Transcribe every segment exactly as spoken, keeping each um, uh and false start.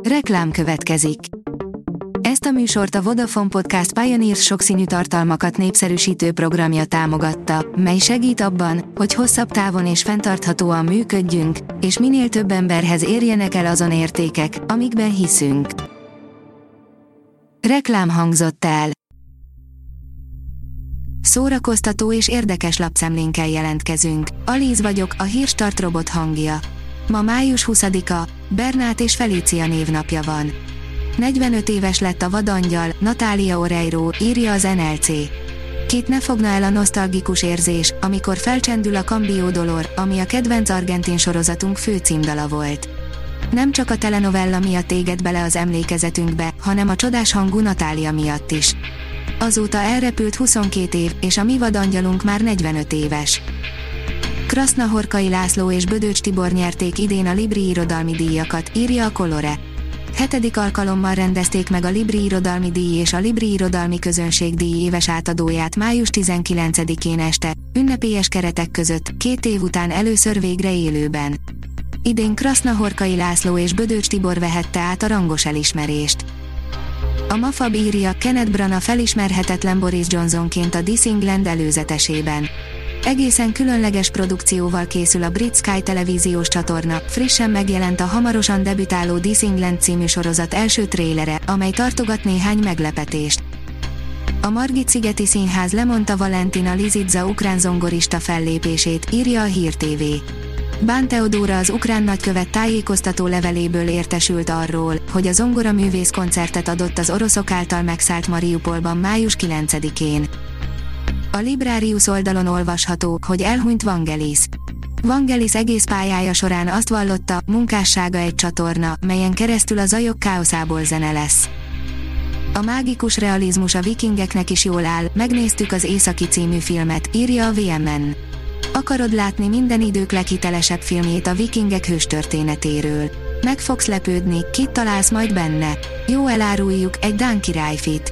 Reklám következik. Ezt a műsort a Vodafone Podcast Pioneers sokszínű tartalmakat népszerűsítő programja támogatta, mely segít abban, hogy hosszabb távon és fenntarthatóan működjünk, és minél több emberhez érjenek el azon értékek, amikben hiszünk. Reklám hangzott el. Szórakoztató és érdekes lapszemlénkkel jelentkezünk. Alíz vagyok, a Hírstart robot hangja. Ma május huszadika, Bernát és Felícia névnapja van. negyvenöt éves lett a vadangyal, Natália Oreiro, írja az en el cé. Kit ne fogna el a nosztalgikus érzés, amikor felcsendül a Cambio Dolor, ami a kedvenc argentin sorozatunk főcímdala volt. Nem csak a telenovella miatt égett bele az emlékezetünkbe, hanem a csodás hangú Natália miatt is. Azóta elrepült huszonkét év, és a mi vadangyalunk már negyvenöt éves. Krasznahorkai László és Bödöcs Tibor nyerték idén a Libri irodalmi díjakat, írja a Colore. Hetedik alkalommal rendezték meg a Libri irodalmi díj és a Libri irodalmi közönségdíj éves átadóját május tizenkilencedikén este, ünnepélyes keretek között, két év után először végre élőben. Idén Krasznahorkai László és Bödöcs Tibor vehette át a rangos elismerést. A Mafab írja, Kenneth Branagh felismerhetetlen Boris Johnsonként a This England előzetesében. Egészen különleges produkcióval készül a Brit Sky televíziós csatorna, frissen megjelent a hamarosan debütáló This England című sorozat első trélere, amely tartogat néhány meglepetést. A Margit-szigeti Színház lemondta Valentina Lizidza ukrán zongorista fellépését, írja a Hír té vé. Bán Teodóra az ukrán nagykövet tájékoztató leveléből értesült arról, hogy a zongoraművész koncertet adott az oroszok által megszállt Mariupolban május kilencedikén. A Librarius oldalon olvasható, hogy elhunyt Vangelis. Vangelis egész pályája során azt vallotta, munkássága egy csatorna, melyen keresztül a zajok káoszából zene lesz. A mágikus realizmus a vikingeknek is jól áll, megnéztük az Északi című filmet, írja a vé em en. Akarod látni minden idők leghitelesebb filmjét a vikingek hőstörténetéről? Meg fogsz lepődni, kit találsz majd benne? Jó, eláruljuk, egy dán királyfit.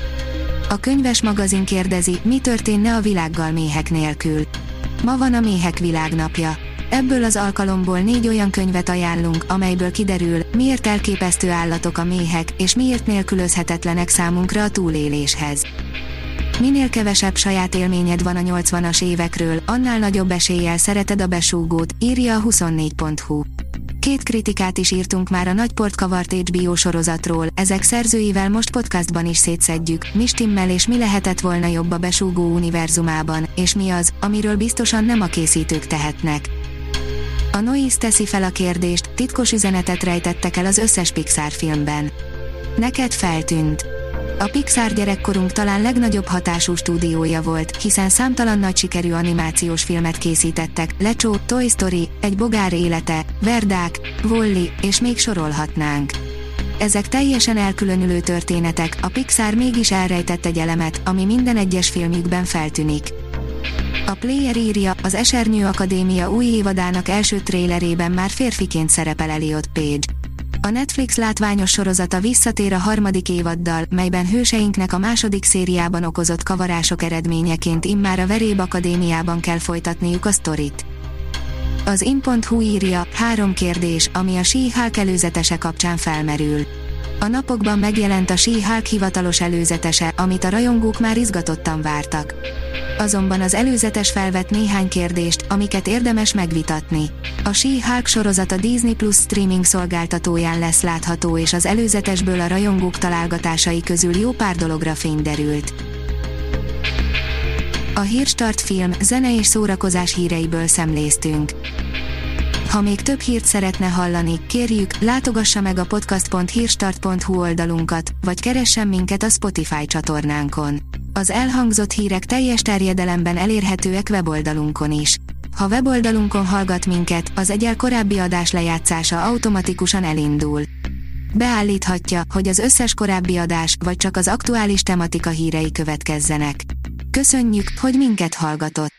A könyves magazin kérdezi, mi történne a világgal méhek nélkül. Ma van a méhek világnapja. Ebből az alkalomból négy olyan könyvet ajánlunk, amelyből kiderül, miért elképesztő állatok a méhek, és miért nélkülözhetetlenek számunkra a túléléshez. Minél kevesebb saját élményed van a nyolcvanas évekről, annál nagyobb eséllyel szereted a besúgót, írja a huszonnégy pont hu. Két kritikát is írtunk már a nagyport kavart há bé o sorozatról, ezek szerzőivel most podcastban is szétszedjük, mi stimmel és mi lehetett volna jobb a besúgó univerzumában, és mi az, amiről biztosan nem a készítők tehetnek. A Noise teszi fel a kérdést, titkos üzenetet rejtettek el az összes Pixar filmben. Neked feltűnt. A Pixar gyerekkorunk talán legnagyobb hatású stúdiója volt, hiszen számtalan nagy sikerű animációs filmet készítettek, Lecsó, Toy Story, Egy bogár élete, Verdák, Wall-E, és még sorolhatnánk. Ezek teljesen elkülönülő történetek, a Pixar mégis elrejtett egy elemet, ami minden egyes filmjükben feltűnik. A Player írja, az Esernyő Akadémia új évadának első trélerében már férfiként szerepel Elliot Page. A Netflix látványos sorozata visszatér a harmadik évaddal, melyben hőseinknek a második szériában okozott kavarások eredményeként immár a Veréb Akadémiában kell folytatniuk a sztorit. Az in pont hu írja, három kérdés, ami a She-Hulk előzetese kapcsán felmerül. A napokban megjelent a She-Hulk hivatalos előzetese, amit a rajongók már izgatottan vártak. Azonban az előzetes felvet néhány kérdést, amiket érdemes megvitatni. A She-Hulk sorozat a Disney Plus streaming szolgáltatóján lesz látható, és az előzetesből a rajongók találgatásai közül jó pár dologra fény derült. A Hírstart film, zene és szórakozás híreiből szemléztünk. Ha még több hírt szeretne hallani, kérjük, látogassa meg a podcast pont hírstart pont hu oldalunkat, vagy keressen minket a Spotify csatornánkon. Az elhangzott hírek teljes terjedelemben elérhetőek weboldalunkon is. Ha weboldalunkon hallgat minket, az egyel korábbi adás lejátszása automatikusan elindul. Beállíthatja, hogy az összes korábbi adás, vagy csak az aktuális tematika hírei következzenek. Köszönjük, hogy minket hallgatott!